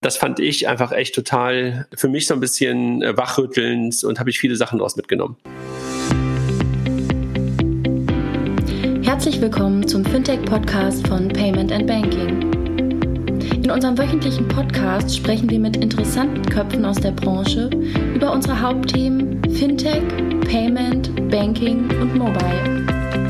Das fand ich einfach echt total, für mich so ein bisschen wachrüttelnd und habe ich viele Sachen daraus mitgenommen. Herzlich willkommen zum Fintech-Podcast von Payment & Banking. In unserem wöchentlichen Podcast sprechen wir mit interessanten Köpfen aus der Branche über unsere Hauptthemen Fintech, Payment, Banking und Mobile.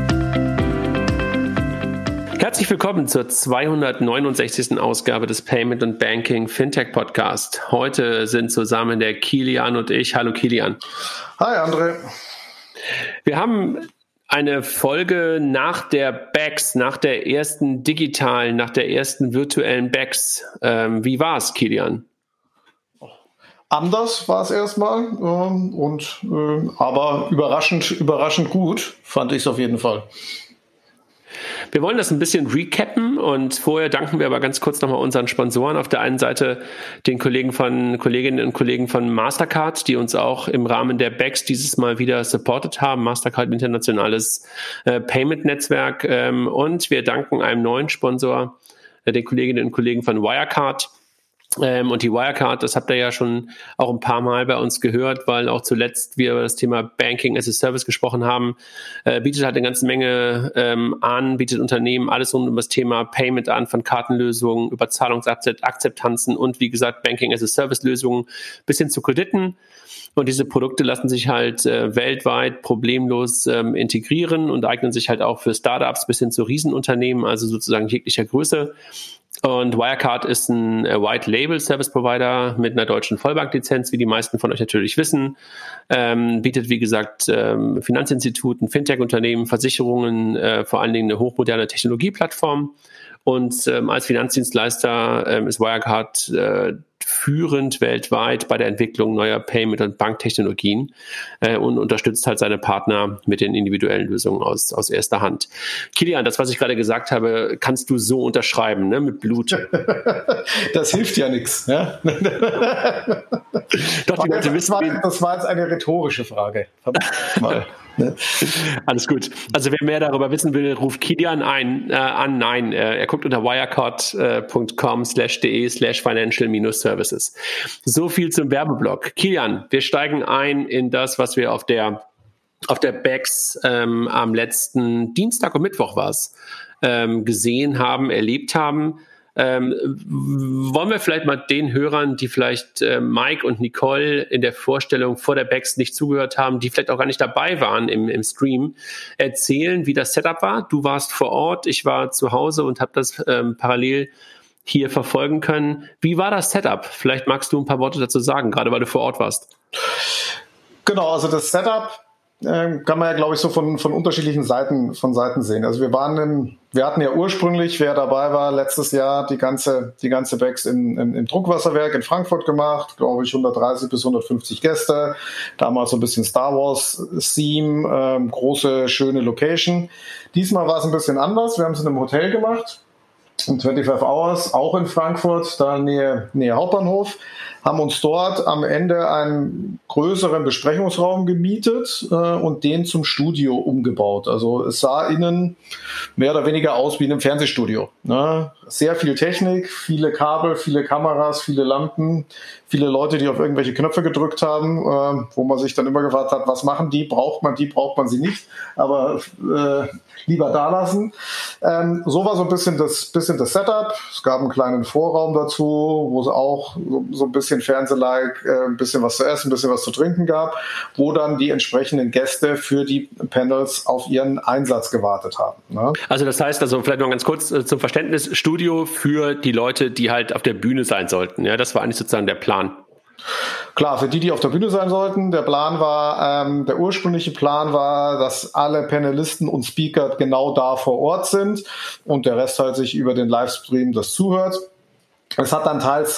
Herzlich willkommen zur 269. Ausgabe des Payment & Banking Fintech Podcast. Heute sind zusammen der Kilian und ich. Hallo Kilian. Hi André. Wir haben eine Folge nach der BEX, nach der ersten digitalen, nach der ersten virtuellen BEX. Wie war es, Kilian? Anders war es erstmal, aber überraschend gut, fand ich es auf jeden Fall. Wir wollen das ein bisschen recappen und vorher danken wir aber ganz kurz nochmal unseren Sponsoren. Auf der einen Seite den Kolleginnen und Kollegen von Mastercard, die uns auch im Rahmen der BEX dieses Mal wieder supportet haben. Mastercard internationales Payment-Netzwerk. Und wir danken einem neuen Sponsor, den Kolleginnen und Kollegen von Wirecard. Und die Wirecard, das habt ihr ja schon auch ein paar Mal bei uns gehört, weil auch zuletzt wir über das Thema Banking as a Service gesprochen haben, bietet halt eine ganze Menge an, bietet Unternehmen alles rund um das Thema Payment an, von Kartenlösungen über Zahlungsakzeptanzen und wie gesagt Banking as a Service Lösungen bis hin zu Krediten. Und diese Produkte lassen sich halt weltweit problemlos integrieren und eignen sich halt auch für Startups bis hin zu Riesenunternehmen, also sozusagen jeglicher Größe. Und Wirecard ist ein White-Label-Service-Provider mit einer deutschen Vollbanklizenz, wie die meisten von euch natürlich wissen. Bietet, wie gesagt, Finanzinstituten, Fintech-Unternehmen, Versicherungen, vor allen Dingen eine hochmoderne Technologieplattform. Und als Finanzdienstleister ist Wirecard führend weltweit bei der Entwicklung neuer Payment- und Banktechnologien und unterstützt halt seine Partner mit den individuellen Lösungen aus erster Hand. Kilian, das, was ich gerade gesagt habe, kannst du so unterschreiben, ne, mit Blut. Das hilft ja nichts. Ja? Doch, die Leute wissen, das war jetzt eine rhetorische Frage. Mal. Alles gut. Also wer mehr darüber wissen will, ruft Kilian an. Nein, er guckt unter wirecard.com/de/financial-services. So viel zum Werbeblock. Kilian, wir steigen ein in das, was wir auf der BEX am letzten Dienstag und Mittwoch gesehen haben, erlebt haben. Wollen wir vielleicht mal den Hörern, die vielleicht Mike und Nicole in der Vorstellung vor der BEX nicht zugehört haben, die vielleicht auch gar nicht dabei waren im Stream, erzählen, wie das Setup war. Du warst vor Ort, ich war zu Hause und habe das parallel hier verfolgen können. Wie war das Setup? Vielleicht magst du ein paar Worte dazu sagen, gerade weil du vor Ort warst. Genau, also das Setup kann man ja, glaube ich, so von unterschiedlichen Seiten sehen. Also wir hatten ja ursprünglich, wer dabei war, letztes Jahr die ganze BEX im Druckwasserwerk in Frankfurt gemacht, glaube ich 130 bis 150 Gäste, damals so ein bisschen Star Wars Theme, große, schöne Location. Diesmal war es ein bisschen anders, wir haben es in einem Hotel gemacht, in 25 Hours, auch in Frankfurt, da Nähe Hauptbahnhof, haben uns dort am Ende einen größeren Besprechungsraum gemietet und den zum Studio umgebaut. Also es sah innen mehr oder weniger aus wie in einem Fernsehstudio. Ne? Sehr viel Technik, viele Kabel, viele Kameras, viele Lampen, viele Leute, die auf irgendwelche Knöpfe gedrückt haben, wo man sich dann immer gefragt hat, was machen die? Braucht man sie nicht? Aber lieber da lassen. So war so ein bisschen das Setup. Es gab einen kleinen Vorraum dazu, wo es auch so ein bisschen Fernseh-like, ein bisschen was zu essen, ein bisschen was zu trinken gab, wo dann die entsprechenden Gäste für die Panels auf ihren Einsatz gewartet haben. Ne? Also das heißt, vielleicht noch ganz kurz zum Verständnis, Studio für die Leute, die halt auf der Bühne sein sollten. Ja, das war eigentlich sozusagen der Plan. Klar, für die auf der Bühne sein sollten. Der ursprüngliche Plan war, dass alle Panelisten und Speaker genau da vor Ort sind und der Rest halt sich über den Livestream das zuhört. Es hat dann teils,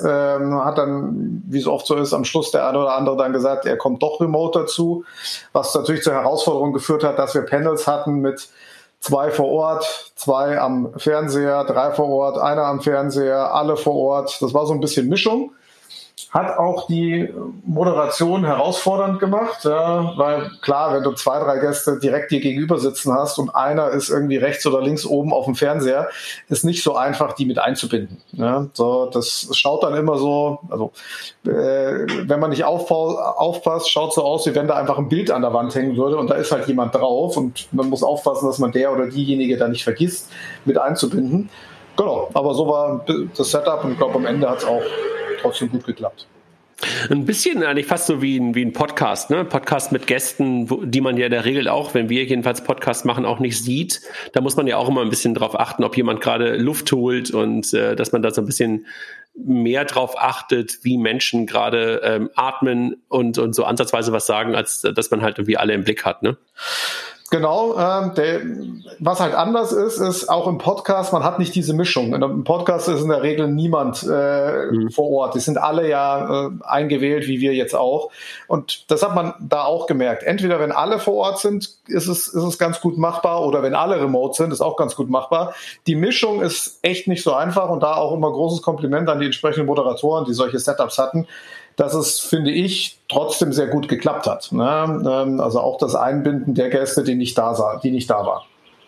wie es oft so ist, am Schluss der eine oder andere dann gesagt, er kommt doch remote dazu, was natürlich zur Herausforderung geführt hat, dass wir Panels hatten mit 2 vor Ort, 2 am Fernseher, 3 vor Ort, einer am Fernseher, alle vor Ort. Das war so ein bisschen Mischung. Hat auch die Moderation herausfordernd gemacht, ja, weil klar, wenn du 2, 3 Gäste direkt dir gegenüber sitzen hast und einer ist irgendwie rechts oder links oben auf dem Fernseher, ist nicht so einfach, die mit einzubinden. Ja. So, das schaut dann immer so, also wenn man nicht aufpasst, schaut so aus, wie wenn da einfach ein Bild an der Wand hängen würde und da ist halt jemand drauf und man muss aufpassen, dass man der oder diejenige da nicht vergisst, mit einzubinden. Genau, aber so war das Setup und ich glaube, am Ende hat es auch trotzdem gut geklappt. Ein bisschen eigentlich fast so wie ein Podcast, ne? Podcast mit Gästen, die man ja in der Regel auch, wenn wir jedenfalls Podcast machen, auch nicht sieht. Da muss man ja auch immer ein bisschen drauf achten, ob jemand gerade Luft holt und dass man da so ein bisschen mehr drauf achtet, wie Menschen gerade atmen und so ansatzweise was sagen, als dass man halt irgendwie alle im Blick hat, ne? Genau, was halt anders ist auch im Podcast, man hat nicht diese Mischung. Im Podcast ist in der Regel niemand vor Ort. Die sind alle ja eingewählt, wie wir jetzt auch. Und das hat man da auch gemerkt. Entweder wenn alle vor Ort sind, ist es ganz gut machbar, oder wenn alle remote sind, ist auch ganz gut machbar. Die Mischung ist echt nicht so einfach und da auch immer großes Kompliment an die entsprechenden Moderatoren, die solche Setups hatten, dass es, finde ich, trotzdem sehr gut geklappt hat. Ne? Also auch das Einbinden der Gäste, die nicht da waren.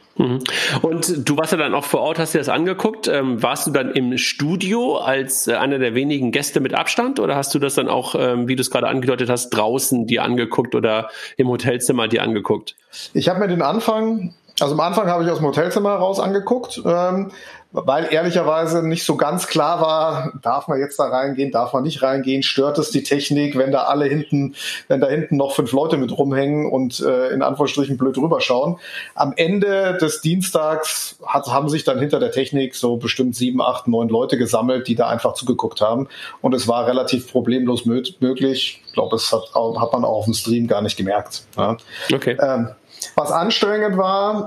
Und du warst ja dann auch vor Ort, hast dir das angeguckt. Warst du dann im Studio als einer der wenigen Gäste mit Abstand oder hast du das dann auch, wie du es gerade angedeutet hast, draußen dir angeguckt oder im Hotelzimmer dir angeguckt? Ich habe mir am Anfang habe ich aus dem Hotelzimmer heraus angeguckt, weil ehrlicherweise nicht so ganz klar war, darf man jetzt da reingehen, darf man nicht reingehen, stört es die Technik, wenn da hinten noch 5 Leute mit rumhängen und in Anführungsstrichen blöd rüberschauen. Am Ende des Dienstags haben sich dann hinter der Technik so bestimmt 7, 8, 9 Leute gesammelt, die da einfach zugeguckt haben, und es war relativ problemlos möglich. Ich glaube, das hat man auch auf dem Stream gar nicht gemerkt. Ja. Okay. Was anstrengend war,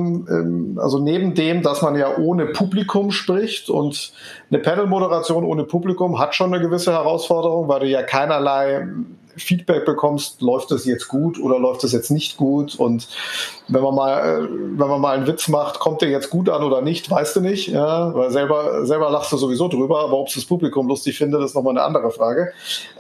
also neben dem, dass man ja ohne Publikum spricht, und eine Panel-Moderation ohne Publikum hat schon eine gewisse Herausforderung, weil du ja keinerlei Feedback bekommst, läuft es jetzt gut oder läuft es jetzt nicht gut, und wenn man mal einen Witz macht, kommt der jetzt gut an oder nicht, weißt du nicht, ja, weil selber lachst du sowieso drüber, aber ob es das Publikum lustig findet, ist nochmal eine andere Frage.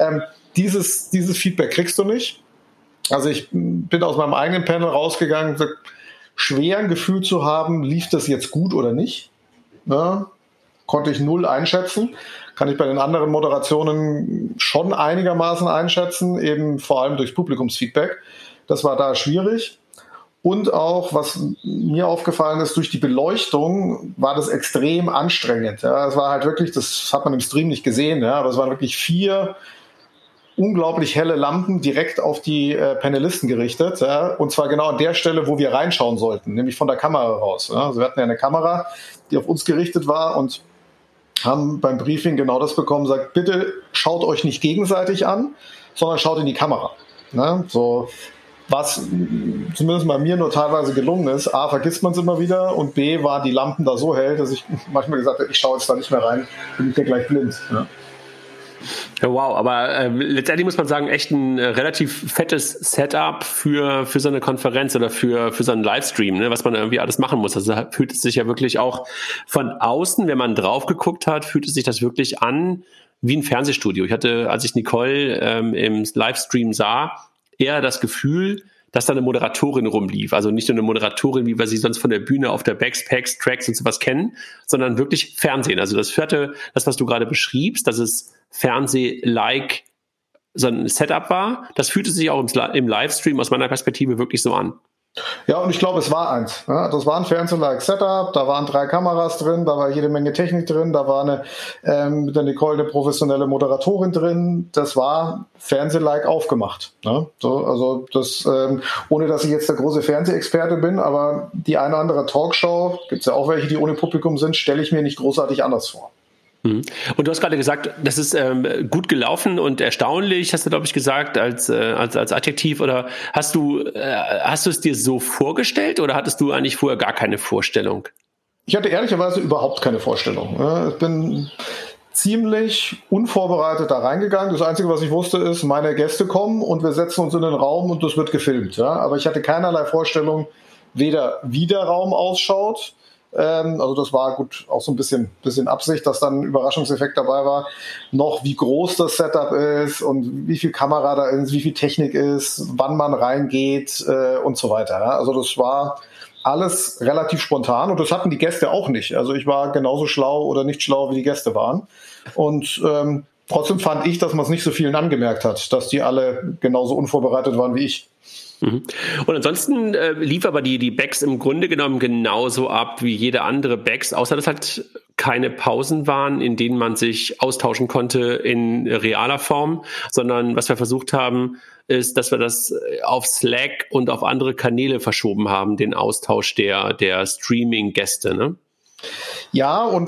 Dieses Feedback kriegst du nicht. Also ich bin aus meinem eigenen Panel rausgegangen, schwer ein Gefühl zu haben, lief das jetzt gut oder nicht. Ja, konnte ich 0 einschätzen. Kann ich bei den anderen Moderationen schon einigermaßen einschätzen, eben vor allem durch Publikumsfeedback. Das war da schwierig. Und auch, was mir aufgefallen ist, durch die Beleuchtung war das extrem anstrengend. Ja, es war halt wirklich, das hat man im Stream nicht gesehen, ja, aber es waren wirklich 4 unglaublich helle Lampen direkt auf die Panelisten gerichtet, ja, und zwar genau an der Stelle, wo wir reinschauen sollten, nämlich von der Kamera raus. Ja. Also wir hatten ja eine Kamera, die auf uns gerichtet war, und haben beim Briefing genau das bekommen, sagt, bitte schaut euch nicht gegenseitig an, sondern schaut in die Kamera. Ja, so, was zumindest bei mir nur teilweise gelungen ist. A, vergisst man es immer wieder, und B, waren die Lampen da so hell, dass ich manchmal gesagt habe, ich schaue jetzt da nicht mehr rein, bin ich ja gleich blind. Ja. Ja, wow, aber letztendlich muss man sagen, echt ein relativ fettes Setup für so eine Konferenz oder für so einen Livestream, ne, was man irgendwie alles machen muss. Also fühlt es sich ja wirklich auch von außen, wenn man drauf geguckt hat, fühlt es sich das wirklich an wie ein Fernsehstudio. Ich hatte, als ich Nicole im Livestream sah, eher das Gefühl, dass da eine Moderatorin rumlief. Also nicht nur eine Moderatorin, wie wir sie sonst von der Bühne auf der Backpacks, Tracks und sowas kennen, sondern wirklich Fernsehen. Also das was du gerade beschriebst, dass es Fernseh-like so ein Setup war, das fühlte sich auch im Livestream aus meiner Perspektive wirklich so an. Ja, und ich glaube, es war eins. Ja, das war ein Fernseh-like Setup, da waren 3 Kameras drin, da war jede Menge Technik drin, da war mit der Nicole eine professionelle Moderatorin drin. Das war Fernseh-like aufgemacht. Ja, so, also das, ohne dass ich jetzt der große Fernsehexperte bin, aber die eine oder andere Talkshow, gibt's ja auch welche, die ohne Publikum sind, stelle ich mir nicht großartig anders vor. Und du hast gerade gesagt, das ist gut gelaufen und erstaunlich, hast du, glaube ich, gesagt, als Adjektiv. Oder hast du es dir so vorgestellt oder hattest du eigentlich vorher gar keine Vorstellung? Ich hatte ehrlicherweise überhaupt keine Vorstellung. Ich bin ziemlich unvorbereitet da reingegangen. Das Einzige, was ich wusste, ist, meine Gäste kommen und wir setzen uns in den Raum und das wird gefilmt. Ja? Aber ich hatte keinerlei Vorstellung, weder wie der Raum ausschaut, Also das war gut, auch so ein bisschen Absicht, dass dann ein Überraschungseffekt dabei war. Noch wie groß das Setup ist und wie viel Kamera da ist, wie viel Technik ist, wann man reingeht und so weiter. Ja. Also das war alles relativ spontan und das hatten die Gäste auch nicht. Also ich war genauso schlau oder nicht schlau, wie die Gäste waren. Und trotzdem fand ich, dass man es nicht so vielen angemerkt hat, dass die alle genauso unvorbereitet waren wie ich. Und ansonsten lief aber die Bags im Grunde genommen genauso ab wie jede andere Bags, außer dass halt keine Pausen waren, in denen man sich austauschen konnte in realer Form, sondern was wir versucht haben, ist, dass wir das auf Slack und auf andere Kanäle verschoben haben, den Austausch der Streaming-Gäste, ne? Ja, und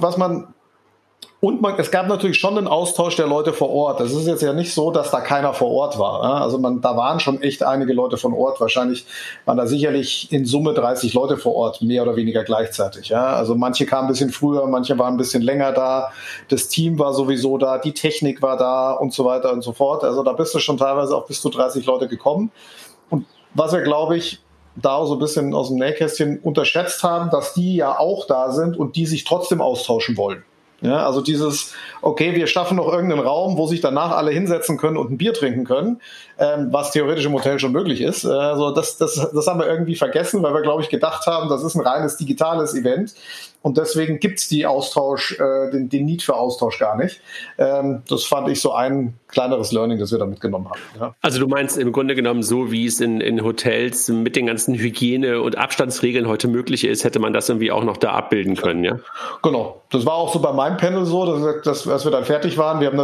es gab natürlich schon einen Austausch der Leute vor Ort. Das ist jetzt ja nicht so, dass da keiner vor Ort war. Also da waren schon echt einige Leute von Ort. Wahrscheinlich waren da sicherlich in Summe 30 Leute vor Ort, mehr oder weniger gleichzeitig. Ja? Also manche kamen ein bisschen früher, manche waren ein bisschen länger da. Das Team war sowieso da, die Technik war da und so weiter und so fort. Also da bist du schon teilweise auch bis zu 30 Leute gekommen. Und was wir, glaube ich, da so ein bisschen aus dem Nähkästchen unterschätzt haben, dass die ja auch da sind und die sich trotzdem austauschen wollen. Ja, also okay, wir schaffen noch irgendeinen Raum, wo sich danach alle hinsetzen können und ein Bier trinken können, was theoretisch im Hotel schon möglich ist. Also das haben wir irgendwie vergessen, weil wir, glaube ich, gedacht haben, das ist ein reines digitales Event und deswegen gibt's den Need für Austausch gar nicht. Das fand ich so ein kleineres Learning, das wir da mitgenommen haben. Ja. Also du meinst im Grunde genommen, so wie es in Hotels mit den ganzen Hygiene- und Abstandsregeln heute möglich ist, hätte man das irgendwie auch noch da abbilden können, ja? Genau. Das war auch so bei meinem Panel so, dass wir dann fertig waren. Wir haben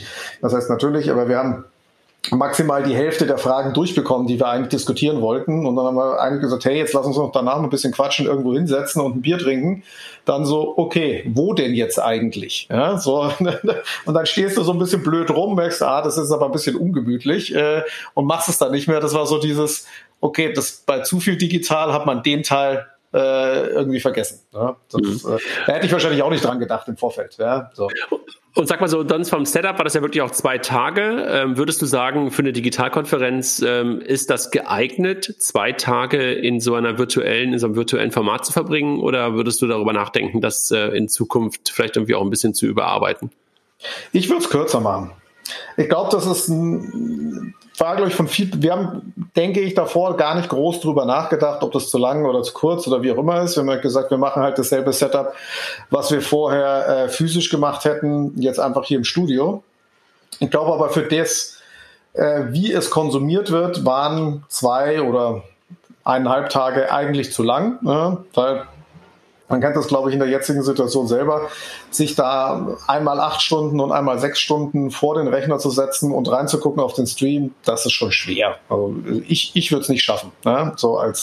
wir haben maximal die Hälfte der Fragen durchbekommen, die wir eigentlich diskutieren wollten. Und dann haben wir eigentlich gesagt, hey, jetzt lass uns noch danach ein bisschen quatschen, irgendwo hinsetzen und ein Bier trinken. Dann so, okay, wo denn jetzt eigentlich? Ja, so. Und dann stehst du so ein bisschen blöd rum, merkst, das ist aber ein bisschen ungemütlich und machst es dann nicht mehr. Das war so dieses, okay, bei zu viel digital hat man den Teil irgendwie vergessen. Ja? Da hätte ich wahrscheinlich auch nicht dran gedacht im Vorfeld. Ja? So. Und sag mal so, sonst vom Setup war das ja wirklich auch 2 Tage. Würdest du sagen, für eine Digitalkonferenz ist das geeignet, 2 Tage in so einem virtuellen Format zu verbringen? Oder würdest du darüber nachdenken, das in Zukunft vielleicht irgendwie auch ein bisschen zu überarbeiten? Ich würde es kürzer machen. Ich glaube, das ist glaube ich, wir haben, denke ich, davor gar nicht groß drüber nachgedacht, ob das zu lang oder zu kurz oder wie auch immer ist. Wir haben halt gesagt, wir machen halt dasselbe Setup, was wir vorher physisch gemacht hätten, jetzt einfach hier im Studio. Ich glaube aber für das, wie es konsumiert wird, waren 2 oder 1,5 Tage eigentlich zu lang, weil man kennt das, glaube ich, in der jetzigen Situation selber, sich da einmal 8 Stunden und einmal 6 Stunden vor den Rechner zu setzen und reinzugucken auf den Stream, das ist schon schwer. Also ich würde es nicht schaffen. Ne?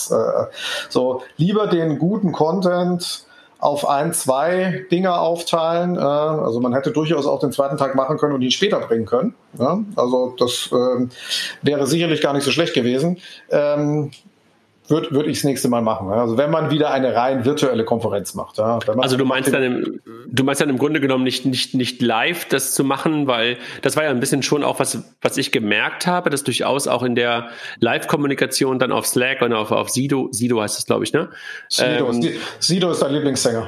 So lieber den guten Content auf 1, 2 Dinge aufteilen. Also man hätte durchaus auch den 2. Tag machen können und ihn später bringen können. Ja? Also das wäre sicherlich gar nicht so schlecht gewesen. Würde ich das nächste Mal machen. Also wenn man wieder eine rein virtuelle Konferenz macht. Ja, also du meinst dann im Grunde genommen nicht live das zu machen, weil das war ja ein bisschen schon auch was ich gemerkt habe, dass durchaus auch in der Live-Kommunikation dann auf Slack und auf Sido heißt es, glaube ich, ne? Sido ist dein Lieblingssänger.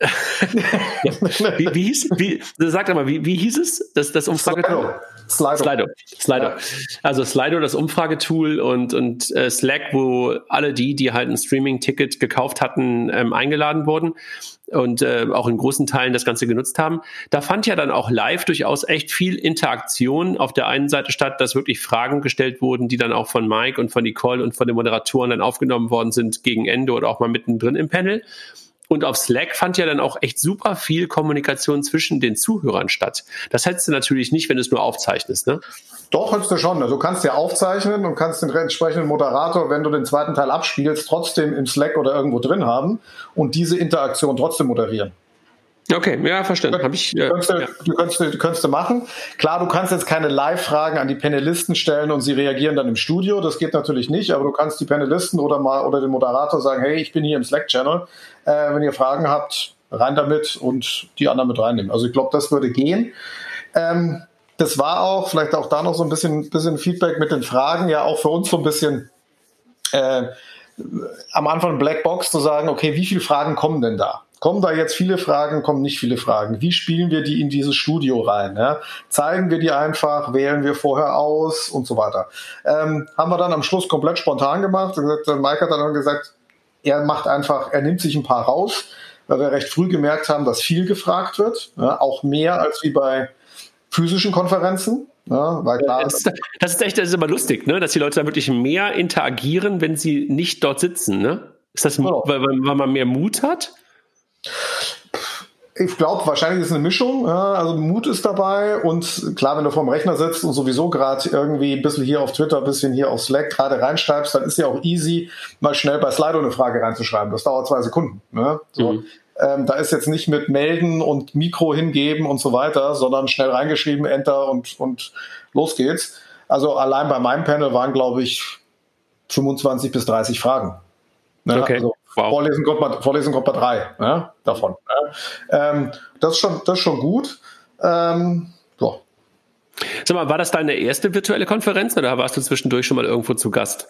Sag doch mal, wie hieß es? Das Umfragetool? Slido. Ja. Also Slido, das Umfragetool und Slack, wo alle die halt ein Streaming-Ticket gekauft hatten, eingeladen wurden und auch in großen Teilen das Ganze genutzt haben. Da fand ja dann auch live durchaus echt viel Interaktion auf der einen Seite statt, dass wirklich Fragen gestellt wurden, die dann auch von Mike und von Nicole und von den Moderatoren dann aufgenommen worden sind gegen Ende oder auch mal mittendrin im Panel. Und auf Slack fand ja dann auch echt super viel Kommunikation zwischen den Zuhörern statt. Das hättest du natürlich nicht, wenn du es nur aufzeichnest, ne? Doch, hättest du schon. Also du kannst ja aufzeichnen und kannst den entsprechenden Moderator, wenn du den 2. Teil abspielst, trotzdem im Slack oder irgendwo drin haben und diese Interaktion trotzdem moderieren. Okay, ja, verstanden. Könntest du machen. Klar, du kannst jetzt keine Live-Fragen an die Panelisten stellen und sie reagieren dann im Studio. Das geht natürlich nicht, aber du kannst die Panelisten oder den Moderator sagen, hey, ich bin hier im Slack-Channel. Wenn ihr Fragen habt, rein damit und die anderen mit reinnehmen. Also ich glaube, das würde gehen. Das war auch, vielleicht auch da noch so ein bisschen Feedback mit den Fragen, ja auch für uns so ein bisschen am Anfang Blackbox zu sagen, okay, wie viele Fragen kommen denn da? Kommen da jetzt viele Fragen, kommen nicht viele Fragen? Wie spielen wir die in dieses Studio rein? Ja? Zeigen wir die einfach, wählen wir vorher aus und so weiter. Haben wir dann am Schluss komplett spontan gemacht. Mike hat dann gesagt, er nimmt sich ein paar raus, weil wir recht früh gemerkt haben, dass viel gefragt wird, ja? Auch mehr als wie bei physischen Konferenzen. Ja, weil klar, das ist immer lustig, ne? Dass die Leute dann wirklich mehr interagieren, wenn sie nicht dort sitzen. Ne? Ist das, weil man mehr Mut hat? Ich glaube, wahrscheinlich ist es eine Mischung. Ja, also Mut ist dabei und klar, wenn du vorm Rechner sitzt und sowieso gerade irgendwie ein bisschen hier auf Twitter, ein bisschen hier auf Slack gerade reinschreibst, dann ist ja auch easy, mal schnell bei Slido eine Frage reinzuschreiben. Das dauert 2 Sekunden. Ne? So. Da ist jetzt nicht mit Melden und Mikro hingeben und so weiter, sondern schnell reingeschrieben, Enter und los geht's. Also allein bei meinem Panel waren, glaube ich, 25 bis 30 Fragen. Ne? Okay. Also wow. Vorlesen kommt bei 3 davon. Das ist schon gut. So. Sag mal, war das deine erste virtuelle Konferenz oder warst du zwischendurch schon mal irgendwo zu Gast?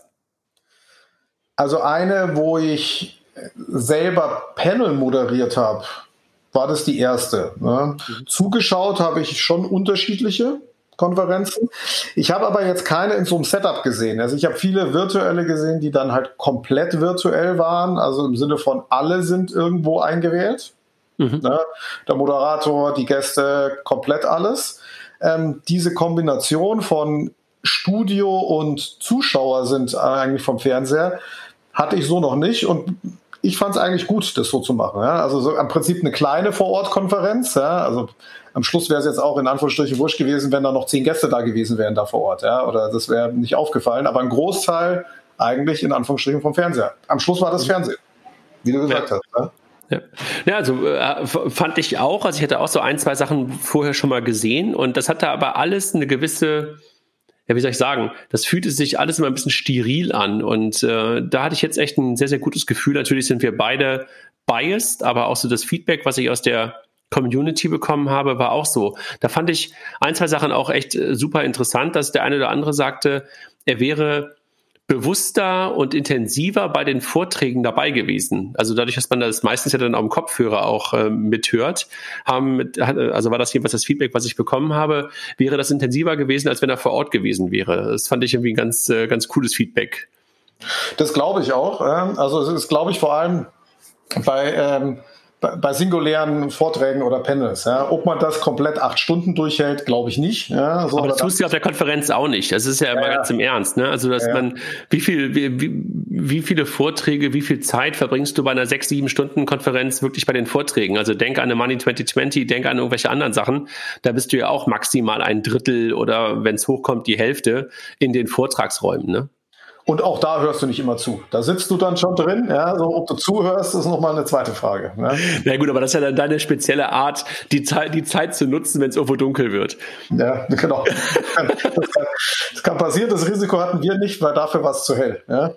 Also eine, wo ich selber Panel moderiert habe, war das die erste. Ne? Zugeschaut habe ich schon unterschiedliche Konferenzen. Ich habe aber jetzt keine in so einem Setup gesehen. Also ich habe viele virtuelle gesehen, die dann halt komplett virtuell waren, also im Sinne von alle sind irgendwo eingewählt. Ne? Der Moderator, die Gäste, komplett alles. Diese Kombination von Studio und Zuschauer sind eigentlich vom Fernseher, hatte ich so noch nicht und ich fand es eigentlich gut, das so zu machen. Ja? Also so im Prinzip eine kleine Vor-Ort-Konferenz. Ja? Also am Schluss wäre es jetzt auch in Anführungsstrichen wurscht gewesen, wenn da noch 10 Gäste da gewesen wären da vor Ort. Ja? Oder das wäre nicht aufgefallen. Aber ein Großteil eigentlich in Anführungsstrichen vom Fernseher. Am Schluss war das Fernsehen, wie du gesagt hast. Ja? Ja, also fand ich auch. Also ich hatte auch so 1, 2 Sachen vorher schon mal gesehen. Und das hatte aber alles eine gewisse... Ja, wie soll ich sagen, das fühlte sich alles immer ein bisschen steril an und da hatte ich jetzt echt ein sehr, sehr gutes Gefühl. Natürlich sind wir beide biased, aber auch so das Feedback, was ich aus der Community bekommen habe, war auch so. Da fand ich 1, 2 Sachen auch echt super interessant, dass der eine oder andere sagte, er wäre bewusster und intensiver bei den Vorträgen dabei gewesen. Also dadurch, dass man das meistens ja dann auf dem Kopfhörer auch mithört, also war das jedenfalls das Feedback, was ich bekommen habe, wäre das intensiver gewesen, als wenn er vor Ort gewesen wäre. Das fand ich irgendwie ein ganz cooles Feedback. Das glaube ich auch. Also es ist, glaube ich, vor allem bei singulären Vorträgen oder Panels. Ja. Ob man das komplett 8 Stunden durchhält, glaube ich nicht. Ja, so, aber das tust du auf der Konferenz auch nicht. Das ist ja immer ganz im Ernst. Ne? Also dass man, wie viele Vorträge, wie viel Zeit verbringst du bei einer 6-7 Stunden Konferenz wirklich bei den Vorträgen? Also denk an eine Money 2020, denk an irgendwelche anderen Sachen. Da bist du ja auch maximal 1/3 oder wenn es hochkommt, die Hälfte in den Vortragsräumen. Ne? Und auch da hörst du nicht immer zu. Da sitzt du dann schon drin. Ja, so, ob du zuhörst, ist nochmal eine zweite Frage. Ne? Na gut, aber das ist ja dann deine spezielle Art, die Zeit zu nutzen, wenn es irgendwo dunkel wird. Ja, genau. Das kann passieren. Das Risiko hatten wir nicht, weil dafür war es zu hell. Ja?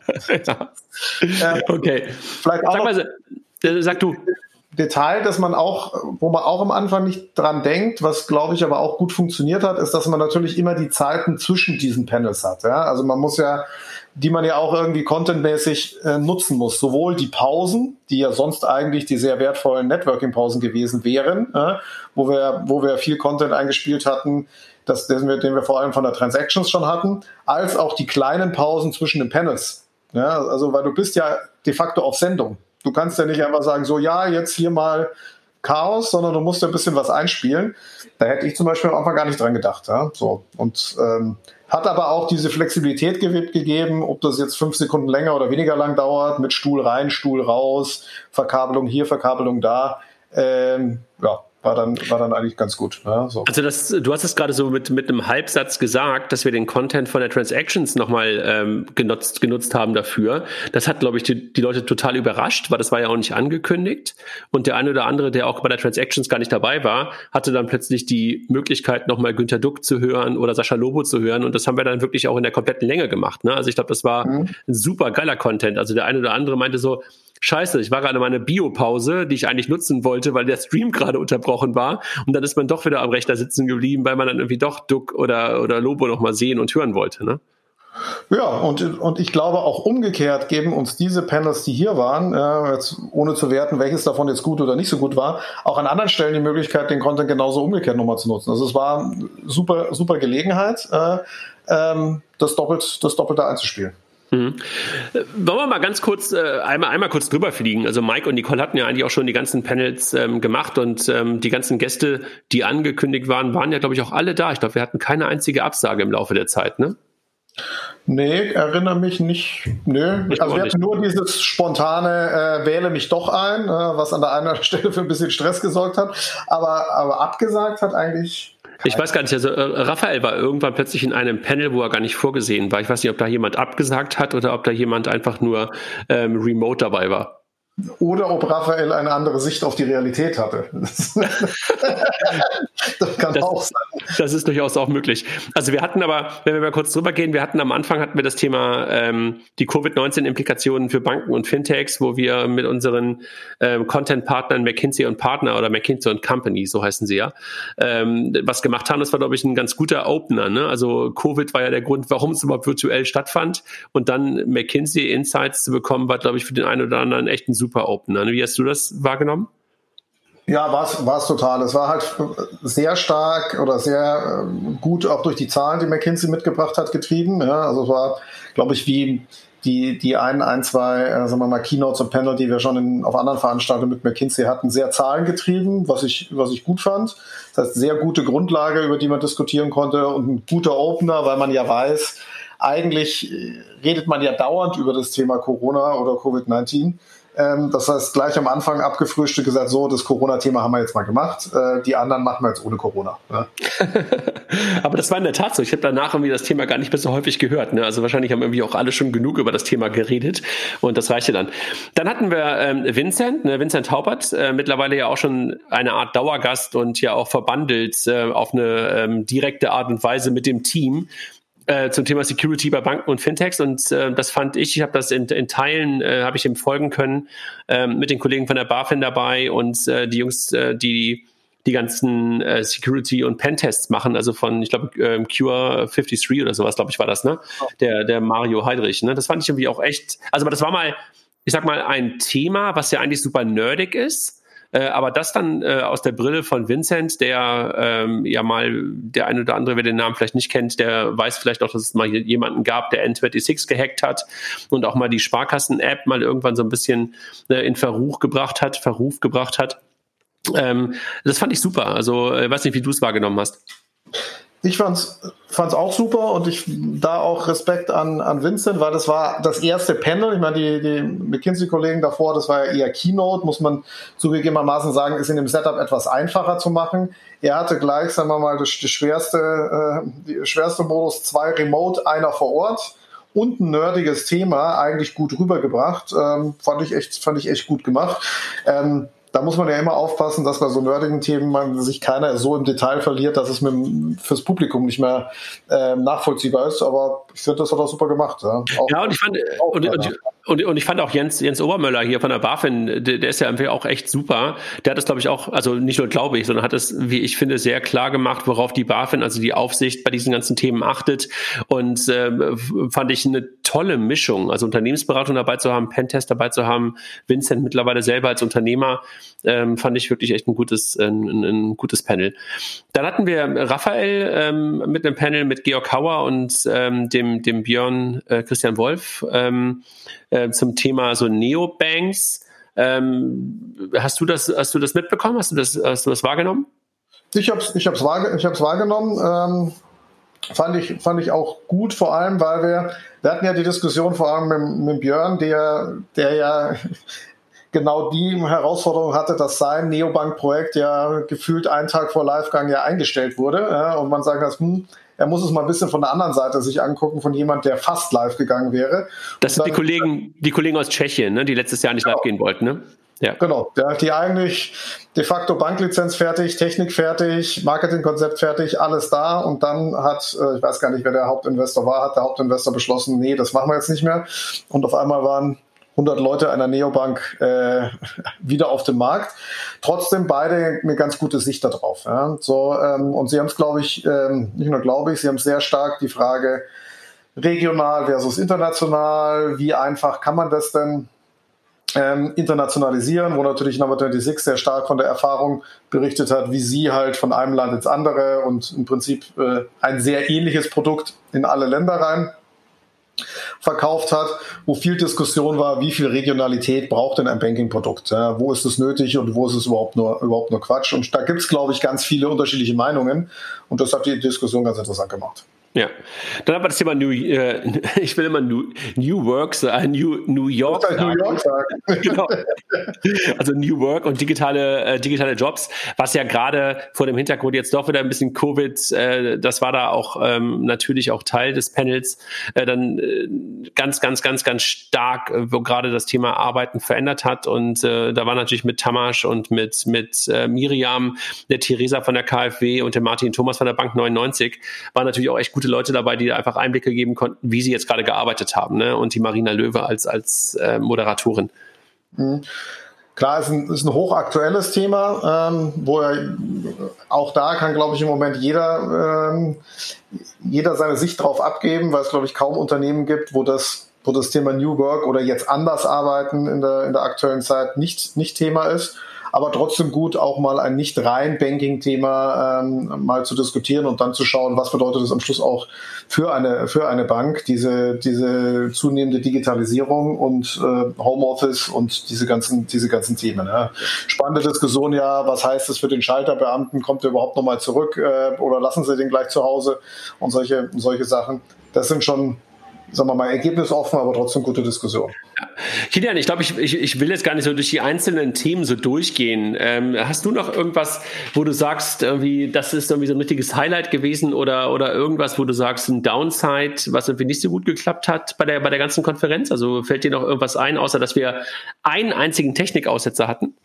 Okay. Vielleicht auch sag du. Detail, wo man auch am Anfang nicht dran denkt, was glaube ich aber auch gut funktioniert hat, ist, dass man natürlich immer die Zeiten zwischen diesen Panels hat. Ja? Also die man ja auch irgendwie contentmäßig nutzen muss. Sowohl die Pausen, die ja sonst eigentlich die sehr wertvollen Networking-Pausen gewesen wären, wo wir viel Content eingespielt hatten, den wir vor allem von der Transactions schon hatten, als auch die kleinen Pausen zwischen den Panels. Ja? Also weil du bist ja de facto auf Sendung. Du kannst ja nicht einfach sagen, so ja, jetzt hier mal Chaos, sondern du musst ja ein bisschen was einspielen. Da hätte ich zum Beispiel am Anfang gar nicht dran gedacht. Ja? So. Und hat aber auch diese Flexibilität gegeben, ob das jetzt 5 Sekunden länger oder weniger lang dauert, mit Stuhl rein, Stuhl raus, Verkabelung hier, Verkabelung da. War dann eigentlich ganz gut. Ja, so. Also du hast es gerade so mit einem Halbsatz gesagt, dass wir den Content von der Transactions nochmal genutzt haben dafür. Das hat, glaube ich, die Leute total überrascht, weil das war ja auch nicht angekündigt. Und der eine oder andere, der auch bei der Transactions gar nicht dabei war, hatte dann plötzlich die Möglichkeit, nochmal Günter Duck zu hören oder Sascha Lobo zu hören. Und das haben wir dann wirklich auch in der kompletten Länge gemacht. Ne? Also ich glaube, das war ein super geiler Content. Also der eine oder andere meinte so, Scheiße, ich war gerade mal eine Biopause, die ich eigentlich nutzen wollte, weil der Stream gerade unterbrochen war. Und dann ist man doch wieder am Rechner sitzen geblieben, weil man dann irgendwie doch Duck oder Lobo noch mal sehen und hören wollte. Ne? Ja, und ich glaube auch umgekehrt geben uns diese Panels, die hier waren, jetzt ohne zu werten, welches davon jetzt gut oder nicht so gut war, auch an anderen Stellen die Möglichkeit, den Content genauso umgekehrt nochmal zu nutzen. Also es war super, super Gelegenheit, das Doppelte einzuspielen. Wollen wir mal ganz kurz einmal kurz drüber fliegen. Also Mike und Nicole hatten ja eigentlich auch schon die ganzen Panels gemacht und die ganzen Gäste, die angekündigt waren ja, glaube ich, auch alle da. Ich glaube, wir hatten keine einzige Absage im Laufe der Zeit, ne? Nee, erinnere mich nicht. Nö. Also wir hatten nur dieses spontane Wähle mich doch ein, was an der einen Stelle für ein bisschen Stress gesorgt hat. Aber abgesagt hat eigentlich... Ich weiß gar nicht, also Raphael war irgendwann plötzlich in einem Panel, wo er gar nicht vorgesehen war. Ich weiß nicht, ob da jemand abgesagt hat oder ob da jemand einfach nur remote dabei war. Oder ob Raphael eine andere Sicht auf die Realität hatte. Das kann auch sein. Das ist durchaus auch möglich. Also wir hatten aber, wenn wir mal kurz drüber gehen, am Anfang hatten wir das Thema die Covid-19-Implikationen für Banken und Fintechs, wo wir mit unseren Content-Partnern McKinsey und Partner oder McKinsey und Company, so heißen sie ja, was gemacht haben. Das war, glaube ich, ein ganz guter Opener. Ne? Also Covid war ja der Grund, warum es überhaupt virtuell stattfand. Und dann McKinsey Insights zu bekommen, war, glaube ich, für den einen oder anderen echt ein super Opener. Wie hast du das wahrgenommen? Ja, war es total. Es war halt sehr stark oder sehr gut auch durch die Zahlen, die McKinsey mitgebracht hat, getrieben. Ja, also es war, glaube ich, wie die ein, zwei, sagen wir mal, Keynotes und Panel, die wir schon auf anderen Veranstaltungen mit McKinsey hatten, sehr zahlengetrieben, was ich gut fand. Das heißt, sehr gute Grundlage, über die man diskutieren konnte und ein guter Opener, weil man ja weiß, eigentlich redet man ja dauernd über das Thema Corona oder Covid-19. Das heißt, gleich am Anfang abgefrühstückt gesagt, so, das Corona-Thema haben wir jetzt mal gemacht, die anderen machen wir jetzt ohne Corona. Ne? Aber das war in der Tat so. Ich habe danach irgendwie das Thema gar nicht mehr so häufig gehört. Ne? Also wahrscheinlich haben irgendwie auch alle schon genug über das Thema geredet und das reichte dann. Dann hatten wir Vincent Haupert, mittlerweile ja auch schon eine Art Dauergast und ja auch verbandelt auf eine direkte Art und Weise mit dem Team. Zum Thema Security bei Banken und Fintechs und das fand ich habe das in Teilen, habe ich ihm folgen können, mit den Kollegen von der BaFin dabei und die Jungs, die ganzen Security- und Pentests machen, also von, ich glaube, Cure 53 oder sowas, glaube ich, war das, ne? Der Mario Heidrich, ne? Das fand ich irgendwie auch echt, also aber das war mal, ich sag mal, ein Thema, was ja eigentlich super nerdig ist, aber das dann aus der Brille von Vincent, der ja mal, der ein oder andere, wer den Namen vielleicht nicht kennt, der weiß vielleicht auch, dass es mal jemanden gab, der N26 gehackt hat und auch mal die Sparkassen-App mal irgendwann so ein bisschen in Verruf gebracht hat. Das fand ich super. Also weiß nicht, wie du es wahrgenommen hast. Ich fand's auch super und da auch Respekt an Vincent, weil das war das erste Panel. Ich meine, die McKinsey-Kollegen davor, das war ja eher Keynote, muss man zugegebenermaßen sagen, ist in dem Setup etwas einfacher zu machen. Er hatte gleich, sagen wir mal, die schwerste Modus, 2 Remote, einer vor Ort und ein nerdiges Thema eigentlich gut rübergebracht. Fand ich echt gut gemacht. Da muss man ja immer aufpassen, dass bei so nerdigen Themen man sich keiner so im Detail verliert, dass es fürs Publikum nicht mehr nachvollziehbar ist. Aber ich finde, das hat er super gemacht. Ja, und ich fand auch Jens Obermöller hier von der BaFin, der ist ja irgendwie auch echt super. Der hat es, glaube ich, auch, also nicht nur glaube ich, sondern hat es, wie ich finde, sehr klar gemacht, worauf die BaFin, also die Aufsicht bei diesen ganzen Themen achtet. Und fand ich eine tolle Mischung. Also Unternehmensberatung dabei zu haben, Pentest dabei zu haben, Vincent mittlerweile selber als Unternehmer, fand ich wirklich echt ein gutes Panel. Dann hatten wir Raphael mit einem Panel mit Georg Hauer und dem Björn Christian Wolf zum Thema so Neobanks. Hast du das mitbekommen? Hast du das wahrgenommen? Ich hab's wahrgenommen. Fand ich auch gut, vor allem, weil wir hatten ja die Diskussion vor allem mit Björn, der ja genau die Herausforderung hatte, dass sein Neobank-Projekt ja gefühlt einen Tag vor Livegang ja eingestellt wurde. Ja, und man sagt, er muss es mal ein bisschen von der anderen Seite sich angucken, von jemand, der fast live gegangen wäre. Das sind die Kollegen aus Tschechien, ne, die letztes Jahr nicht live gehen wollten, ne? Ja. Genau, die eigentlich de facto Banklizenz fertig, Technik fertig, Marketingkonzept fertig, alles da und dann hat, ich weiß gar nicht, wer der Hauptinvestor war, hat der Hauptinvestor beschlossen, nee, das machen wir jetzt nicht mehr und auf einmal waren 100 Leute einer Neobank wieder auf dem Markt. Trotzdem beide eine ganz gute Sicht darauf. Ja. Und sie haben es, glaube ich, nicht nur glaube ich, sie haben sehr stark die Frage regional versus international, wie einfach kann man das denn internationalisieren, wo natürlich Number 26 sehr stark von der Erfahrung berichtet hat, wie sie halt von einem Land ins andere und im Prinzip ein sehr ähnliches Produkt in alle Länder rein verkauft hat, wo viel Diskussion war, wie viel Regionalität braucht denn ein Banking-Produkt? Ja, wo ist es nötig und wo ist es überhaupt nur Quatsch? Und da gibt es, glaube ich, ganz viele unterschiedliche Meinungen und das hat die Diskussion ganz interessant gemacht. Ja, dann haben wir das Thema ich will immer New Work sagen, New York sagen. Genau. Also New Work und digitale Jobs, was ja gerade vor dem Hintergrund jetzt doch wieder ein bisschen Covid, das war da auch natürlich auch Teil des Panels, dann ganz stark, wo gerade das Thema Arbeiten verändert hat und da war natürlich mit Tamas und mit Miriam, der Theresa von der KfW und der Martin Thomas von der Bank 99, waren natürlich auch echt gute Leute dabei, die einfach Einblicke geben konnten, wie sie jetzt gerade gearbeitet haben, ne? Und die Marina Löwe als Moderatorin. Klar, ist ein hochaktuelles Thema, wo auch da kann, glaube ich, im Moment jeder seine Sicht drauf abgeben, weil es, glaube ich, kaum Unternehmen gibt, wo das Thema New Work oder jetzt anders arbeiten in der aktuellen Zeit nicht Thema ist. Aber trotzdem gut, auch mal ein nicht rein Banking-Thema mal zu diskutieren und dann zu schauen, was bedeutet das am Schluss auch für eine Bank, diese zunehmende Digitalisierung und Homeoffice und diese ganzen Themen. Ja. Spannende Diskussion, ja, was heißt das für den Schalterbeamten? Kommt er überhaupt nochmal zurück oder lassen sie den gleich zu Hause? Und solche Sachen. Das sind schon, sagen wir mal, ergebnisoffen, aber trotzdem gute Diskussion. Ja. Kilian, ich glaube, ich will jetzt gar nicht so durch die einzelnen Themen so durchgehen. Hast du noch irgendwas, wo du sagst, irgendwie, das ist irgendwie so ein richtiges Highlight gewesen oder irgendwas, wo du sagst, ein Downside, was irgendwie nicht so gut geklappt hat bei der ganzen Konferenz? Also fällt dir noch irgendwas ein, außer dass wir einen einzigen Technikaussetzer hatten?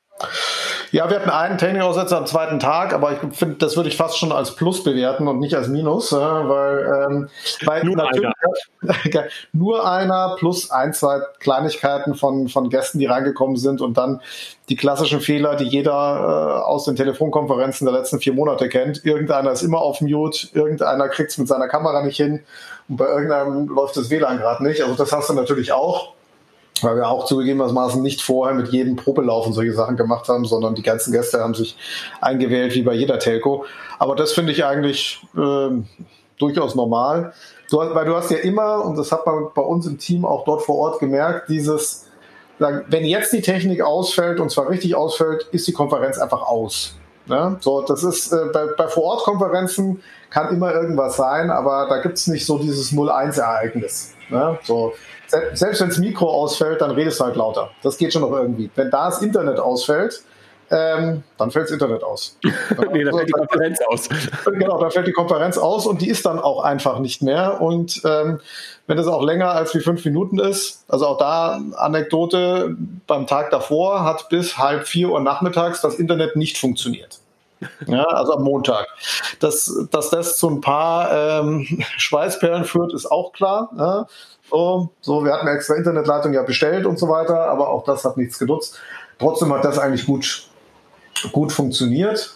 Ja, wir hatten einen Technikaussetzer am zweiten Tag, aber ich finde, das würde ich fast schon als Plus bewerten und nicht als Minus, weil nur natürlich nur einer plus ein, zwei Kleinigkeiten von Gästen, die reingekommen sind und dann die klassischen Fehler, die jeder aus den Telefonkonferenzen der letzten 4 Monate kennt. Irgendeiner ist immer auf Mute, irgendeiner kriegt es mit seiner Kamera nicht hin und bei irgendeinem läuft das WLAN gerade nicht. Also das hast du natürlich auch. Weil wir auch zugegebenermaßen nicht vorher mit jedem Probelauf und solche Sachen gemacht haben, sondern die ganzen Gäste haben sich eingewählt, wie bei jeder Telco. Aber das finde ich eigentlich durchaus normal. Weil du hast ja immer, und das hat man bei uns im Team auch dort vor Ort gemerkt, wenn jetzt die Technik ausfällt, und zwar richtig ausfällt, ist die Konferenz einfach aus. Ja? So, das ist bei Vor-Ort-Konferenzen kann immer irgendwas sein, aber da gibt es nicht so dieses 0-1-Ereignis. Ja? So. Selbst wenn das Mikro ausfällt, dann redest du halt lauter. Das geht schon noch irgendwie. Wenn da das Internet ausfällt, dann fällt das Internet aus. Nee, dann fällt die Konferenz aus. Genau, dann fällt die Konferenz aus und die ist dann auch einfach nicht mehr. Und wenn das auch länger als wie 5 Minuten ist, also auch da Anekdote, beim Tag davor hat bis 3:30 Uhr nachmittags das Internet nicht funktioniert. Ja, also am Montag. Dass das zu ein paar Schweißperlen führt, ist auch klar. Ja. So, wir hatten extra Internetleitung ja bestellt und so weiter, aber auch das hat nichts genutzt. Trotzdem hat das eigentlich gut funktioniert.